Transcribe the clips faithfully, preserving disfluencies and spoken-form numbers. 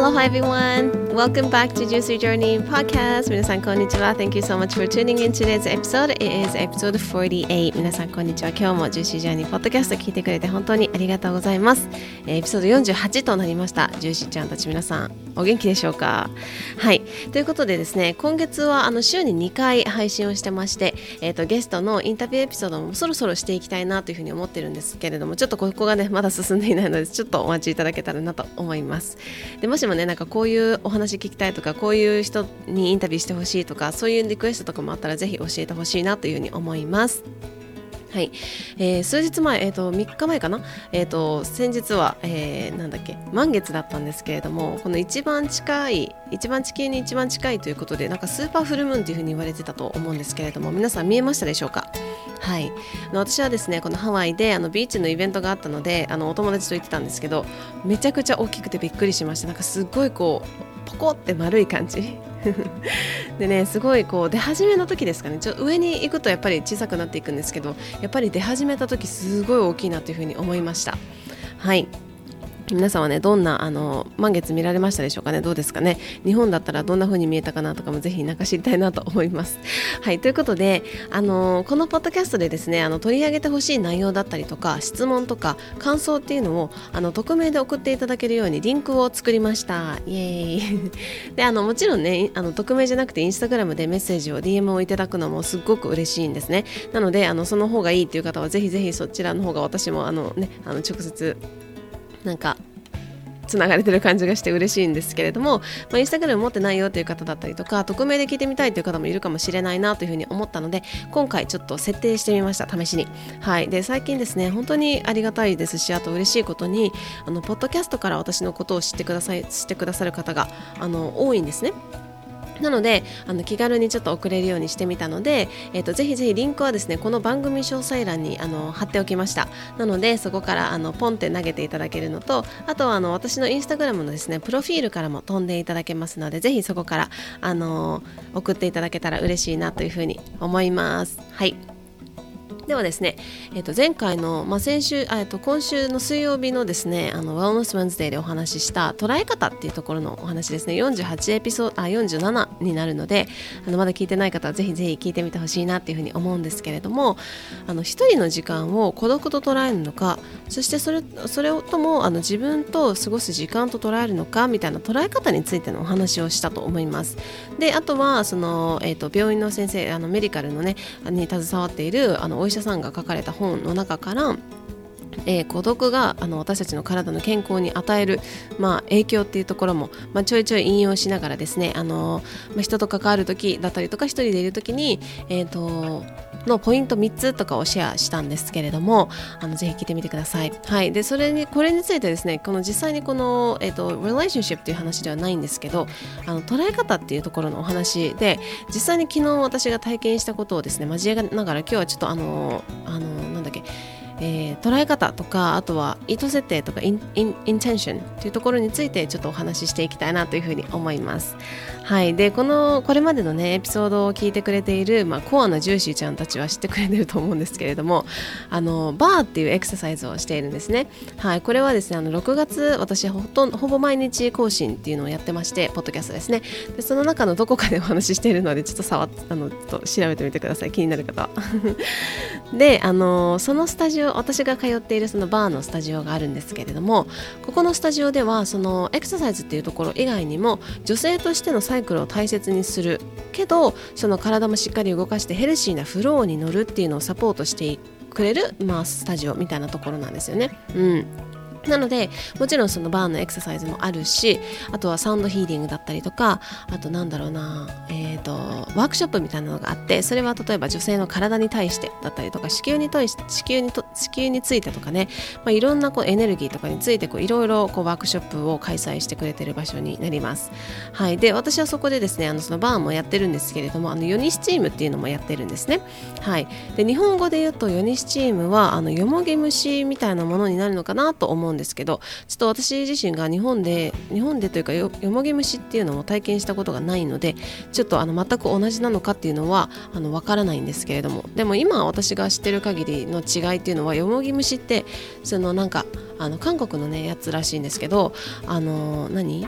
Aloha everyone! Welcome back to Juicy Journey Podcast. 皆さんこんにちは。Thank you so much for tuning in today's episode. It is episode forty-eight. 皆さんこんにちは。今日も Juicy Journey Podcast 聞いてくれて本当にありがとうございます。えー、エピソードよんじゅうはちとなりました。ジューシーちゃんたち皆さんお元気でしょうか？はい。ということでですね、今月はあの週ににかい配信をしてまして、えーと、ゲストのインタビューエピソードもそろそろしていきたいなというふうに思ってるんですけれども、ちょっとここがねまだ進んでいないのでちょっとお待ちいただけたらなと思います。でもしもねなんかこういうお話聞きたいとか、こういう人にインタビューしてほしいとか、そういうリクエストとかもあったらぜひ教えてほしいなというふうに思います。はい、えー、数日前、えーと、みっかまえかな、えーと、先日は、えー、なんだっけ満月だったんですけれども、この一番近い一番地球に一番近いということでなんかスーパーフルムーンというふうに言われてたと思うんですけれども、皆さん見えましたでしょうか？はい、あの私はですねこのハワイであのビーチのイベントがあったので、あのお友達と行ってたんですけど、めちゃくちゃ大きくてびっくりしました。なんかすごいこうポコって丸い感じでね、すごいこう出始めの時ですかね、ちょ上に行くとやっぱり小さくなっていくんですけど、やっぱり出始めた時すごい大きいなというふうに思いました。はい、皆さんはねどんなあの満月見られましたでしょうかね。どうですかね。日本だったらどんな風に見えたかなとかもぜひなんか知りたいなと思います。はい、ということであのこのポッドキャストでですねあの取り上げてほしい内容だったりとか質問とか感想っていうのをあの匿名で送っていただけるようにリンクを作りました。イエーイであのもちろんねあの匿名じゃなくてインスタグラムでメッセージを ディーエム をいただくのもすっごく嬉しいんですね。なのであのその方がいいっていう方はぜひぜひそちらの方が、私もあのねあの直接なんかつながれてる感じがして嬉しいんですけれども、まあ、インスタグラム持ってないよという方だったりとか、匿名で聞いてみたいという方もいるかもしれないなというふうに思ったので、今回ちょっと設定してみました、試しに。はい、で最近ですね本当にありがたいですし、あと嬉しいことにあのポッドキャストから私のことを知ってください知ってくださる方があの多いんですね。なのであの気軽にちょっと送れるようにしてみたので、えーと、ぜひぜひリンクはですねこの番組詳細欄にあの貼っておきました。なのでそこからあのポンって投げていただけるのと、あとはあの私のインスタグラムのですねプロフィールからも飛んでいただけますので、ぜひそこからあの送っていただけたら嬉しいなというふうに思います。はい、ではですね、えー、と前回の、まあ、先週あ、えー、と今週の水曜日のですねあの Wellness Wednesday でお話しした捉え方っていうところのお話ですね、よんじゅうはちエピソードあよんじゅうななになるので、あのまだ聞いてない方はぜひぜひ聞いてみてほしいなっていうふうに思うんですけれども、あの一人の時間を孤独と捉えるのか、そしてそれそれともあの自分と過ごす時間と捉えるのかみたいな捉え方についてのお話をしたと思います。であとはその、えー、と病院の先生、あのメディカルのねに携わっているあのお医者さんが書かれた本の中から、えー、孤独があの私たちの体の健康に与える、まあ、影響っていうところも、まあ、ちょいちょい引用しながらですね、あのまあ、人と関わる時だったりとか一人でいる時に、えーとのポイントみっつとかをシェアしたんですけれども、あのぜひ聞いてみてください。はい、でそれにこれについてですね、この実際にこの、えーと、relationship っていう話ではないんですけど、あの捉え方っていうところのお話で、実際に昨日私が体験したことをですね交えながら、今日はちょっとあのあのなんだっけえー、捉え方とか、あとは意図設定とかイン、イン、インテンションというところについてちょっとお話ししていきたいなというふうに思います。はい、でこのこれまでのねエピソードを聞いてくれている、まあ、コアなジューシーちゃんたちは知ってくれてると思うんですけれども、あのバーっていうエクササイズをしているんですね。はい、これはですねあのろくがつ私ほとんどほぼ毎日更新っていうのをやってまして、ポッドキャストですね。でその中のどこかでお話ししているので、ちょっと触っあのと調べてみてください、気になる方はであのそのスタジオ、私が通っているそのバーのスタジオがあるんですけれども、ここのスタジオではそのエクササイズっていうところ以外にも、女性としてのサイクルを大切にするけど、その体もしっかり動かしてヘルシーなフローに乗るっていうのをサポートしてくれる、まあ、スタジオみたいなところなんですよね。うんなのでもちろんそのバーのエクササイズもあるし、あとはサウンドヒーリングだったりとか、あとなんだろうな、えーとワークショップみたいなのがあって、それは例えば女性の体に対してだったりとか、子宮に対し子宮にと子宮についてとかね、まあ、いろんなこうエネルギーとかについてこういろいろこうワークショップを開催してくれている場所になります。はい、で私はそこでですねあのそのバーもやってるんですけれども、あのヨニスチームっていうのもやってるんですね。はい、で日本語で言うとヨニスチームはあのよもぎ虫みたいなものになるのかなと思うんですけど、ちょっと私自身が日本で日本でというか よ, よもぎ虫っていうのを体験したことがないので、ちょっとあの全く同じなのかっていうのはあの分からないんですけれども、でも今私が知ってる限りの違いっていうのは、よもぎ虫ってそのなんかあの韓国のねやつらしいんですけど、あの何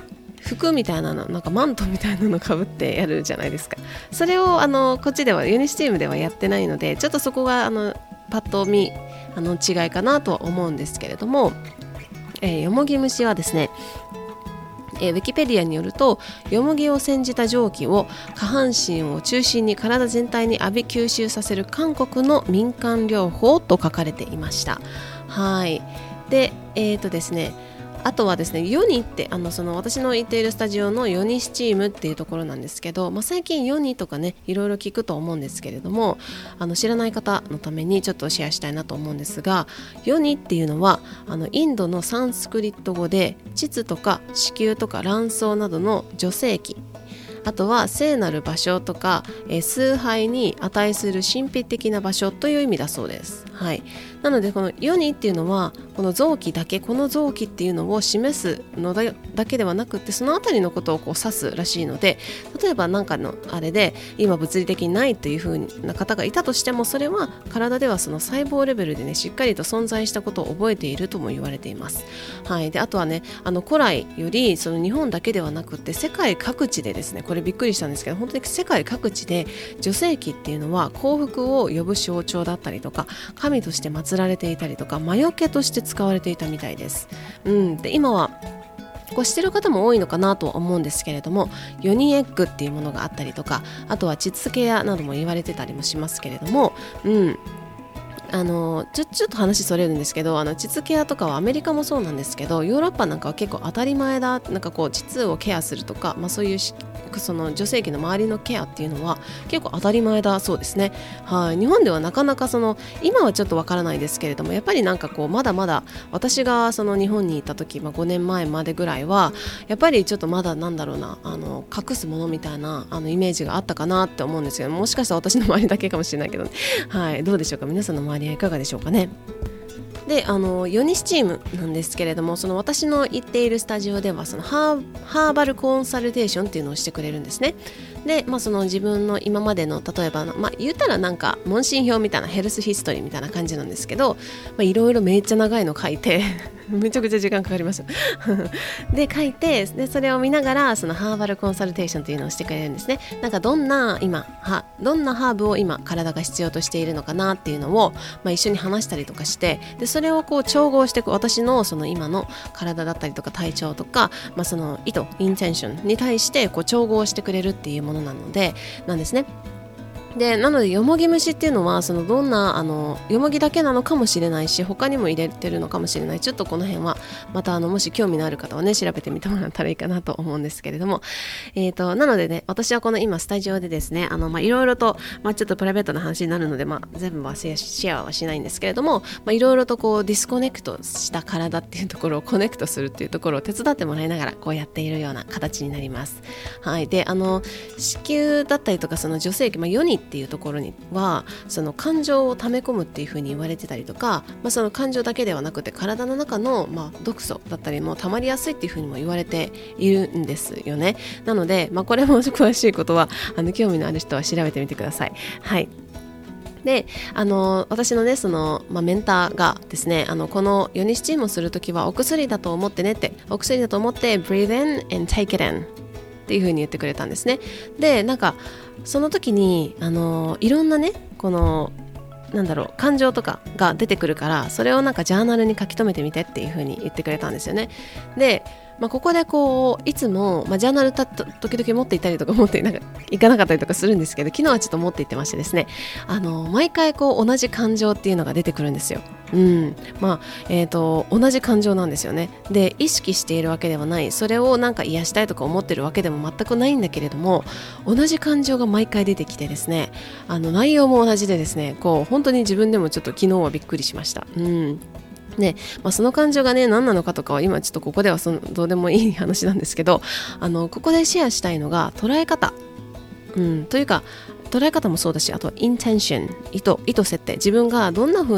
服みたいなの、なんかマントみたいなのかぶってやるじゃないですか。それをあのこっちではユニスチームではやってないので、ちょっとそこがあのパッと見あの違いかなとは思うんですけれども、えー、よもぎ蒸しはですね、えー、ウィキペディアによると、よもぎを煎じた蒸気を下半身を中心に体全体に浴び吸収させる韓国の民間療法と書かれていました。はい。で、えーとですね、あとはですね、ヨニってあのその私の行っているスタジオのヨニスチームっていうところなんですけど、まあ、最近ヨニとかねいろいろ聞くと思うんですけれども、あの知らない方のためにちょっとシェアしたいなと思うんですが、ヨニっていうのはあのインドのサンスクリット語で膣とか子宮とか卵巣などの女性器、あとは聖なる場所とか、えー、崇拝に値する神秘的な場所という意味だそうです。はい、なのでこのヨニっていうのはこの臓器だけ、この臓器っていうのを示すの だ, だけではなくって、そのあたりのことをこう指すらしいので、例えば何かのあれで今物理的にないという風な方がいたとしても、それは体ではその細胞レベルでねしっかりと存在したことを覚えているとも言われています。はい、であとはね、あの古来よりその日本だけではなくって世界各地でですね、これびっくりしたんですけど、本当に世界各地で女性器っていうのは幸福を呼ぶ象徴だったりとか、神として祀られていたりとか、魔除けとして使われていたみたいです。うん、で今はこう知ってる方も多いのかなとは思うんですけれども、ヨニエッグっていうものがあったりとか、あとは膣ケアなども言われてたりもしますけれども、うんあの ちょ, ちょっと話それるんですけど、あの膣ケアとかはアメリカもそうなんですけど、ヨーロッパなんかは結構当たり前だ、なんかこう膣をケアするとか、まあ、そういうその女性器の周りのケアっていうのは結構当たり前だそうですね。はい、日本ではなかなかその今はちょっとわからないですけれども、やっぱりなんかこうまだまだ私がその日本にいた時、まあ、ごねんまえまでぐらいはやっぱりちょっとまだなんだろうな、あの隠すものみたいなあのイメージがあったかなって思うんですけど、もしかしたら私の周りだけかもしれないけど、ね、はい、どうでしょうか、皆さんの周りはいかがでしょうかね。であのヨニスチームなんですけれども、その私の行っているスタジオではそのハー、ハーバルコンサルテーションっていうのをしてくれるんですね。で、まあ、その自分の今までの例えば、まあ、言ったらなんか問診票みたいなヘルスヒストリーみたいな感じなんですけど、いろいろめっちゃ長いの書いてめちゃくちゃ時間かかりましたで書いて、でそれを見ながらそのハーバルコンサルテーションというのをしてくれるんですね。なんかどんな今はどんなハーブを今体が必要としているのかなっていうのを、まあ、一緒に話したりとかして、でそれをこう調合して私のその今の体だったりとか体調とか、まあ、その意図インテンションに対してこう調合してくれるっていうものなのでなんですね。でなのでよもぎ蒸しっていうのはそのどんなあのよもぎだけなのかもしれないし、他にも入れてるのかもしれない。ちょっとこの辺はまたあのもし興味のある方はね調べてみてもらったらいいかなと思うんですけれども、えーとなのでね、私はこの今スタジオでですね、あのまあいろいろと、まあ、ちょっとプライベートな話になるので、まあ、全部はシェア、シェアはしないんですけれども、まあ、いろいろとこうディスコネクトした体っていうところをコネクトするっていうところを手伝ってもらいながらこうやっているような形になります。はい、であの子宮だったりとかその女性器、まあ、ヨニっていうところにはその感情を溜め込むっていう風に言われてたりとか、まあ、その感情だけではなくて体の中の、まあ、毒素だったりも溜まりやすいっていう風にも言われているんですよね。なので、まあ、これも詳しいことはあの興味のある人は調べてみてください。はい。であの私のねその、まあ、メンターがですね、あのこのヨニスチームをするときはお薬だと思ってねって、お薬だと思って breathe in and take it inっていう風に言ってくれたんですね。でなんかその時にあのいろんなねこのなんだろう感情とかが出てくるから、それをなんかジャーナルに書き留めてみてっていう風に言ってくれたんですよね。でまあ、ここでこういつも、まあ、ジャーナルた時々持っていたりとか持ってなんかいかなかったりとかするんですけど、昨日はちょっと持っていってましてですね、あの毎回こう同じ感情っていうのが出てくるんですよ。うんまあえー、と同じ感情なんですよね。で意識しているわけではない、それをなんか癒したいとか思ってるわけでも全くないんだけれども、同じ感情が毎回出てきてですね、あの内容も同じでですね、こう本当に自分でもちょっと昨日はびっくりしました。うんねまあ、その感情がね何なのかとかは今ちょっとここではそのどうでもいい話なんですけど、あのここでシェアしたいのが捉え方、うん、というか捉え方もそうだし、あとはインテンション、意図、意図設定、自分がどんな風な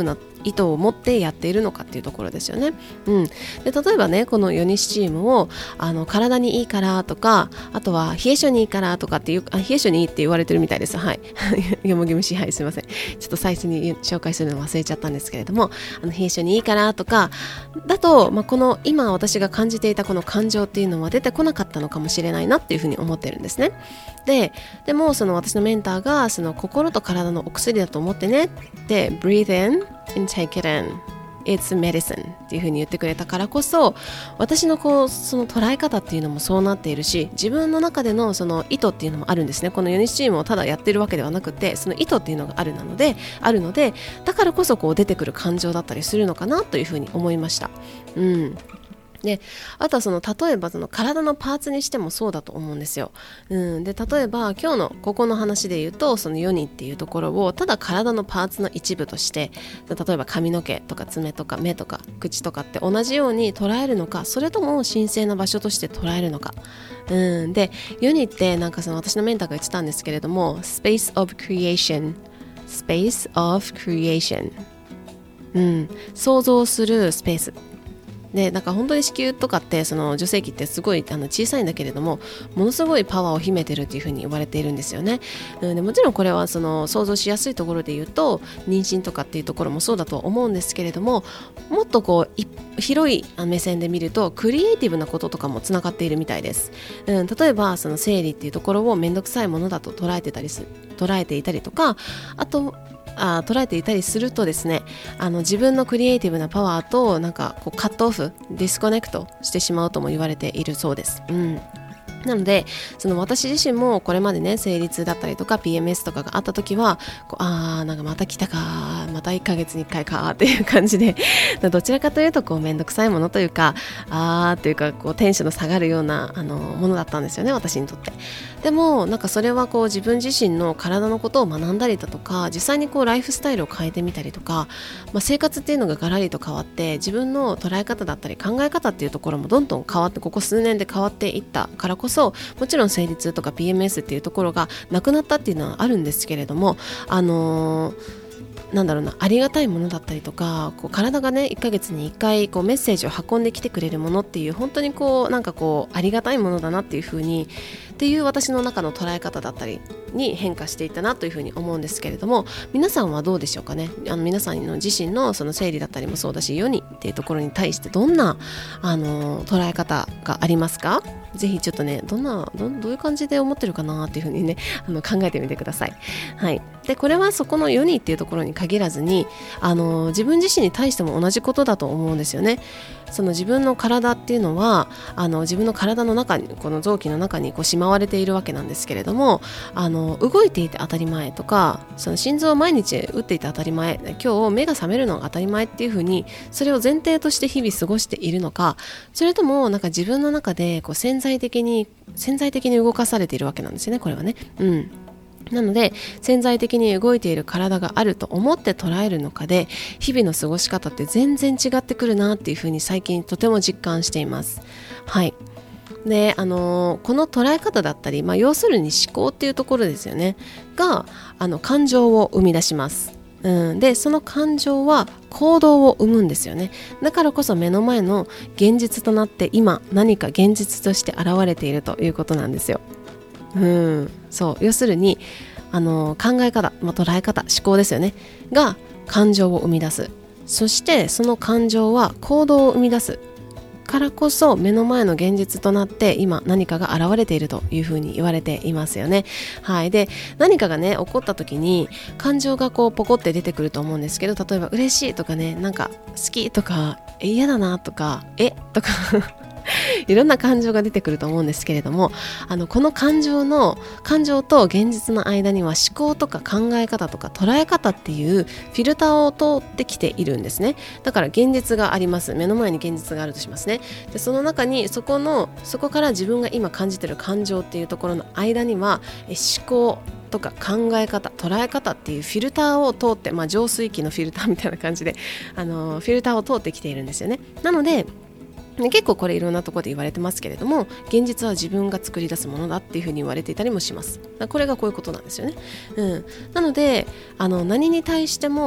意図を持ってやっているのかっていうところですよね。うん、で例えばねこのヨニスチームをあの体にいいからとか、あとは冷え性にいいからとかっていうあ冷え性にいいって言われてるみたいです。はいよもぎ虫、はいすいません、ちょっと最初に紹介するの忘れちゃったんですけれども、あの冷え性にいいからとかだと、まあ、この今私が感じていたこの感情っていうのは出てこなかったのかもしれないなっていうふうに思ってるんですね。で、でもその私のメンターがその心と体のお薬だと思ってねって breathe in and take it in It's medicine っていう風に言ってくれたからこそ、私のこうその捉え方っていうのもそうなっているし、自分の中でのその意図っていうのもあるんですね。このヨニスチームをただやってるわけではなくて、その意図っていうのがあるなのであるのでだからこそこう出てくる感情だったりするのかなという風に思いました。うんであとはその例えばその体のパーツにしてもそうだと思うんですよ。うん、で例えば今日のここの話で言うと、そのヨニっていうところをただ体のパーツの一部として、例えば髪の毛とか爪とか目とか口とかって同じように捉えるのか、それとも神聖な場所として捉えるのか。うん、でヨニってなんかその私のメンターが言ってたんですけれども、 Space of Creation Space of Creation、うん、想像するスペースで、なんか本当に子宮とかってその女性器ってすごいあの小さいんだけれども、ものすごいパワーを秘めてるっていう風に言われているんですよね。うん、でもちろんこれはその想像しやすいところで言うと妊娠とかっていうところもそうだと思うんですけれども、もっとこう広い目線で見るとクリエイティブなこととかもつながっているみたいです。うん、例えばその生理っていうところをめんどくさいものだと捉えてたりす捉えていたりとか、あとあ捉えていたりするとですね、あの自分のクリエイティブなパワーとなんかこうカットオフディスコネクトしてしまうとも言われているそうです。うんなのでその私自身もこれまでね生理痛だったりとか ピーエムエス とかがあった時はこうあーなんかまた来たかまたいっかげつにいっかいかっていう感じでどちらかというとこうめんどくさいものというかあーというかこうテンションの下がるようなあのものだったんですよね、私にとって。でもなんかそれはこう自分自身の体のことを学んだりだとか、実際にこうライフスタイルを変えてみたりとか、まあ、生活っていうのがガラリと変わって自分の捉え方だったり考え方っていうところもどんどん変わって、ここ数年で変わっていったからこそ、もちろん生理痛とか ピーエムエス っていうところがなくなったっていうのはあるんですけれども、あのーなんだろうなありがたいものだったりとか、こう体がねいっかげつにいっかいこうメッセージを運んできてくれるものっていう、本当にこうなんかこうありがたいものだなっていう風にっていう私の中の捉え方だったりに変化していったなというふうに思うんですけれども、皆さんはどうでしょうかね。あの皆さんの自身のその生理だったりもそうだし、世にっていうところに対してどんなあの捉え方がありますか。ぜひちょっとねどんな ど, どういう感じで思ってるかなっていうふうにねあの考えてみてください。はい、でこれはそこの世にっていうところに限らずに、あの自分自身に対しても同じことだと思うんですよね。その自分の体っていうのはあの自分の体の中にこの臓器の中にこうしまわれているわけなんですけれども、あの動いていて当たり前とか、その心臓を毎日打っていて当たり前、今日目が覚めるのが当たり前っていうふうにそれを前提として日々過ごしているのか、それともなんか自分の中でこう潜在的に潜在的に動かされているわけなんですよね、これはね。うんなので潜在的に動いている体があると思って捉えるのかで、日々の過ごし方って全然違ってくるなっていうふうに最近とても実感しています。はいであのー、この捉え方だったり、まあ、要するに思考っていうところですよねがあの感情を生み出します。うん、でその感情は行動を生むんですよね。だからこそ目の前の現実となって今何か現実として現れているということなんですよ。うんそう要するにあの考え方、まあ、捉え方、思考ですよねが感情を生み出す。そしてその感情は行動を生み出すからこそ目の前の現実となって今何かが現れているというふうに言われていますよね。はい、で何かがね起こった時に感情がこうポコって出てくると思うんですけど、例えば嬉しいとかね、なんか好きとかえ嫌だなとかえとかいろんな感情が出てくると思うんですけれども、あのこの感情の感情と現実の間には思考とか考え方とか捉え方っていうフィルターを通ってきているんですね。だから現実があります。目の前に現実があるとしますね。でその中にそこのそこから自分が今感じている感情っていうところの間には思考とか考え方、捉え方っていうフィルターを通って、まあ、浄水器のフィルターみたいな感じであのフィルターを通ってきているんですよね。なので結構これいろんなところで言われてますけれども、現実は自分が作り出すものだっていうふうに言われていたりもします。これがこういうことなんですよね。うん、なのであの何に対しても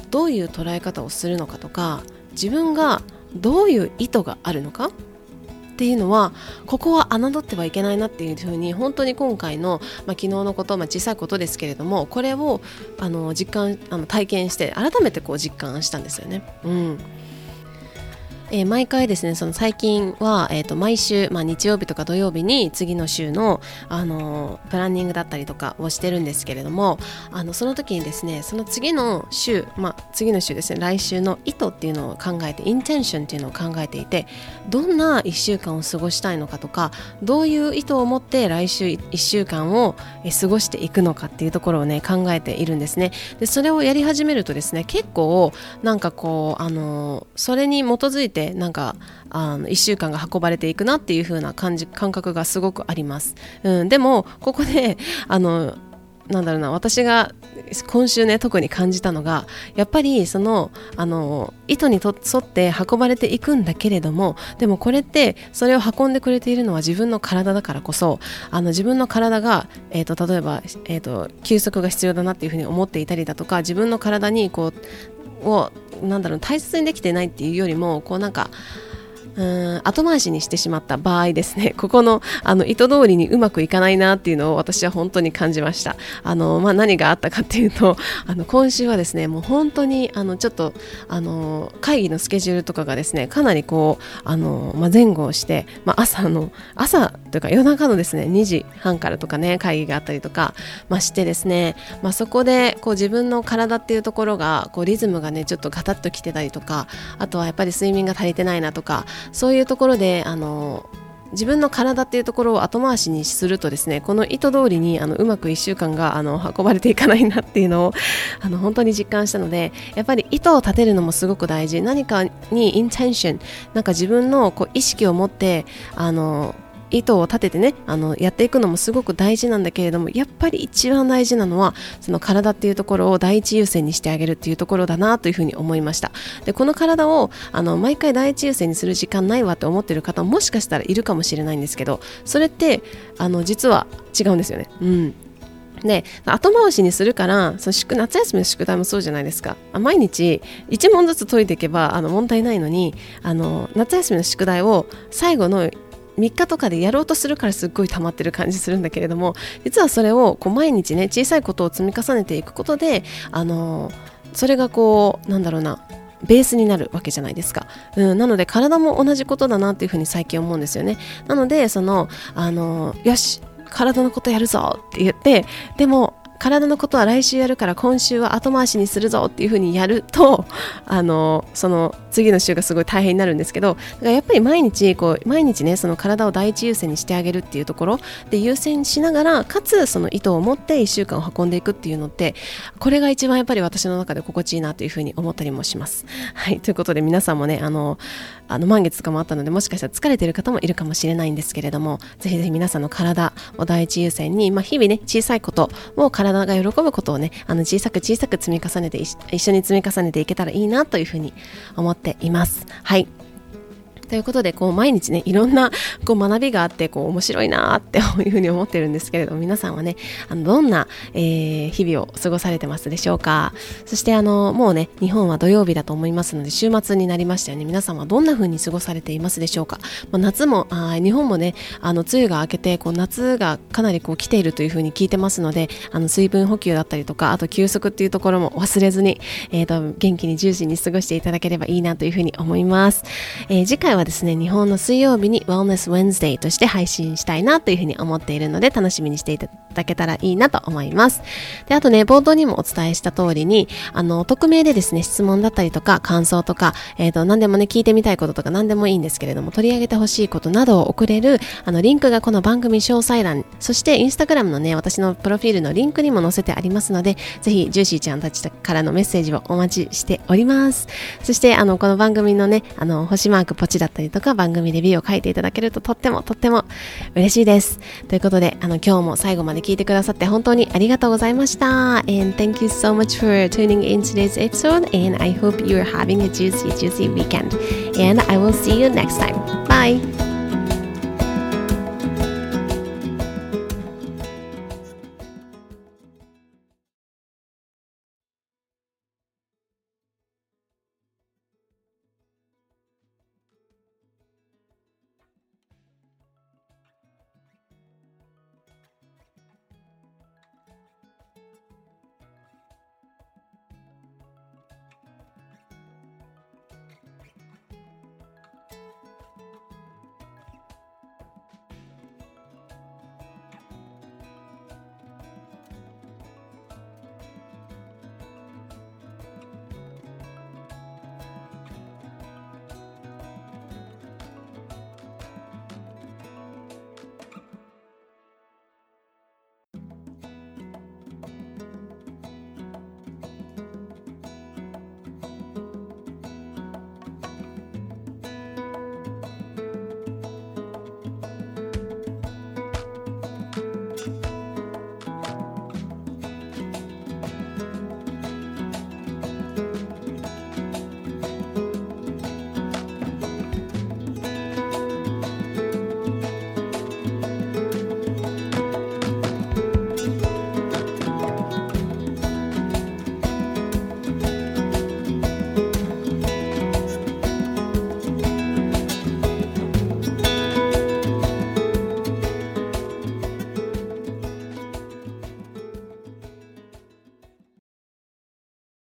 どういう捉え方をするのかとか、自分がどういう意図があるのかっていうのは、ここは侮ってはいけないなっていうふうに、本当に今回の、まあ、昨日のこと、まあ、小さいことですけれども、これをあの実感あの体験して改めてこう実感したんですよね。うんえー、毎回ですね、その最近は、えー、と毎週、まあ、日曜日とか土曜日に次の週の、あのー、プランニングだったりとかをしてるんですけれども、あのその時にですね、その次の週、まあ、次の週ですね、来週の意図っていうのを考えて、インテンションっていうのを考えていて、どんないっしゅうかんを過ごしたいのかとか、どういう意図を持って来週いっしゅうかんを過ごしていくのかっていうところをね考えているんですね。でそれをやり始めるとですね、結構なんかこう、あのー、それに基づいてなんかあのいっしゅうかんが運ばれていくなっていう風な感じ感覚がすごくあります。うん、でもここであのなんだろうな、私が今週ね特に感じたのが、やっぱりそのあの意図にと沿って運ばれていくんだけれども、でもこれってそれを運んでくれているのは自分の体だからこそ、あの自分の体が、えーと例えば、えーと休息が必要だなっていう風に思っていたりだとか、自分の体にこうをなんだろう大切にできてないっていうよりも、こうなんかうーん後回しにしてしまった場合ですね、ここのあの意図通りにうまくいかないなっていうのを私は本当に感じました。あの、まあ、何があったかっていうと、あの今週はですね、もう本当にあのちょっとあの会議のスケジュールとかがですね、かなりこうあの、まあ、前後をして、まあ、朝の朝というか夜中のですねにじはんからとかね会議があったりとか、まあ、してですね、まあ、そこでこう自分の体っていうところがこうリズムがねちょっとガタッときてたりとか、あとはやっぱり睡眠が足りてないなとか、そういうところであの自分の体っていうところを後回しにするとですね、この意図通りにあのうまくいっしゅうかんがあの運ばれていかないなっていうのをあの本当に実感したので、やっぱり意図を立てるのもすごく大事。何かにインテンション、なんか自分のこう意識を持ってあの意図を立ててねあのやっていくのもすごく大事なんだけれども、やっぱり一番大事なのはその体っていうところを第一優先にしてあげるっていうところだなというふうに思いました。でこの体をあの毎回第一優先にする時間ないわって思ってる方ももしかしたらいるかもしれないんですけど、それってあの実は違うんですよね。うんで後回しにするから、その宿夏休みの宿題もそうじゃないですか。毎日いち問ずつ解いていけばあの問題ないのに、あの夏休みの宿題を最後のみっかとかでやろうとするからすっごい溜まってる感じするんだけれども、実はそれをこう毎日ね小さいことを積み重ねていくことで、あのそれがこうなんだろうなベースになるわけじゃないですか。うん、なので体も同じことだなっていうふうに最近思うんですよね。なのでそのあのよし体のことやるぞって言って、でも体のことは来週やるから今週は後回しにするぞっていう風にやると、あのその次の週がすごい大変になるんですけど、だからやっぱり毎日こう毎日ねその体を第一優先にしてあげるっていうところで優先しながら、かつその意図を持っていっしゅうかんを運んでいくっていうのって、これが一番やっぱり私の中で心地いいなという風に思ったりもします。はい、ということで皆さんもねあのあの満月とかもあったので、もしかしたら疲れている方もいるかもしれないんですけれども、ぜひぜひ皆さんの体を第一優先に、まあ、日々ね小さいことを体が喜ぶことをねあの小さく小さく積み重ねて一緒に積み重ねていけたらいいなというふうに思っています。はい、ということでこう毎日ねいろんなこう学びがあってこう面白いなっていうふうに思ってるんですけれども、皆さんはねあのどんな、えー、日々を過ごされてますでしょうか。そしてあのもうね日本は土曜日だと思いますので、週末になりましたよね。皆さんはどんなふうに過ごされていますでしょうか。まあ、夏もあ日本もねあの梅雨が明けてこう夏がかなりこう来ているというふうに聞いてますので、あの水分補給だったりとか、あと休息っていうところも忘れずに、えー、と元気にジューシーに過ごしていただければいいなというふうに思います。えー、次回はですね日本の水曜日に Wellness Wednesday として配信したいなというふうに思っているので、楽しみにしていただけたらいいなと思います。であとね冒頭にもお伝えした通りに、あの匿名でですね質問だったりとか感想とか、えー、と何でもね聞いてみたいこととか何でもいいんですけれども、取り上げてほしいことなどを送れるあのリンクがこの番組詳細欄、そしてインスタグラムのね私のプロフィールのリンクにも載せてありますので、ぜひジューシーちゃんたちからのメッセージをお待ちしております。そしてあのこの番組のねあの星マークポチだったりとか番組レビューを書いていただけるととってもとっても嬉しいです。ということであの今日も最後まで聞いてくださって本当にありがとうございました。 And thank you so much for tuning in today's episode, and I hope you're having a juicy juicy weekend, and I will see you next time. Bye.